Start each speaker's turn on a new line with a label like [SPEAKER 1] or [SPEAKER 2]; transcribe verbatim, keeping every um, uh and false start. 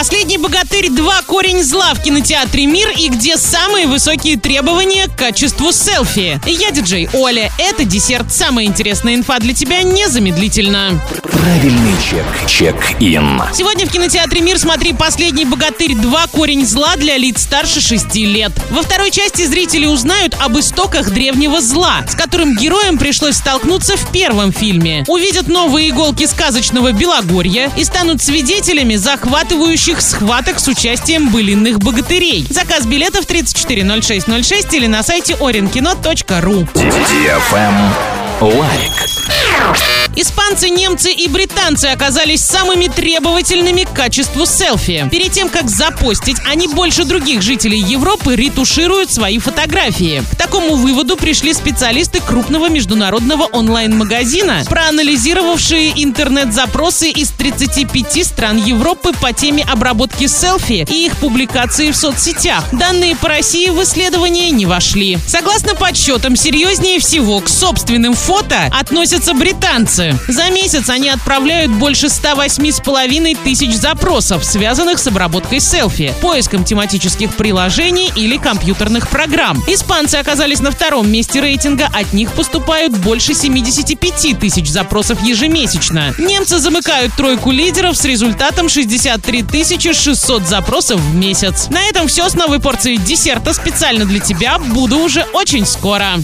[SPEAKER 1] «Последний богатырь два. Корень зла» в кинотеатре «Мир» и где самые высокие требования к качеству селфи. Я диджей Оля. Это десерт. Самая интересная инфа для тебя незамедлительно.
[SPEAKER 2] Правильный чек. Чек-ин.
[SPEAKER 1] Сегодня в кинотеатре «Мир» смотри «Последний богатырь два. Корень зла» для лиц старше шести лет. Во второй части зрители узнают об истоках древнего зла, с которым героям пришлось столкнуться в первом фильме. Увидят новые иголки сказочного Белогорья и станут свидетелями захватывающих схваток с участием былинных богатырей. Заказ билетов тридцать четыре ноль шесть ноль шесть или на сайте оренкино точка ру.
[SPEAKER 2] Лайк.
[SPEAKER 1] Испанцы, немцы и британцы оказались самыми требовательными к качеству селфи. Перед тем, как запостить, они больше других жителей Европы ретушируют свои фотографии. К такому выводу пришли специалисты крупного международного онлайн-магазина, проанализировавшие интернет-запросы из тридцати пяти стран Европы по теме обработки селфи и их публикации в соцсетях. Данные по России в исследование не вошли. Согласно подсчетам, серьезнее всего к собственным фото относятся британцы. За месяц они отправляют больше ста восьми с половиной тысяч запросов, связанных с обработкой селфи, поиском тематических приложений или компьютерных программ. Испанцы оказались на втором месте рейтинга, от них поступают больше семидесяти пяти тысяч запросов ежемесячно. Немцы замыкают тройку лидеров с результатом шестьдесят три тысячи шестьсот запросов в месяц. На этом все с новой порцией десерта специально для тебя. Буду уже очень скоро.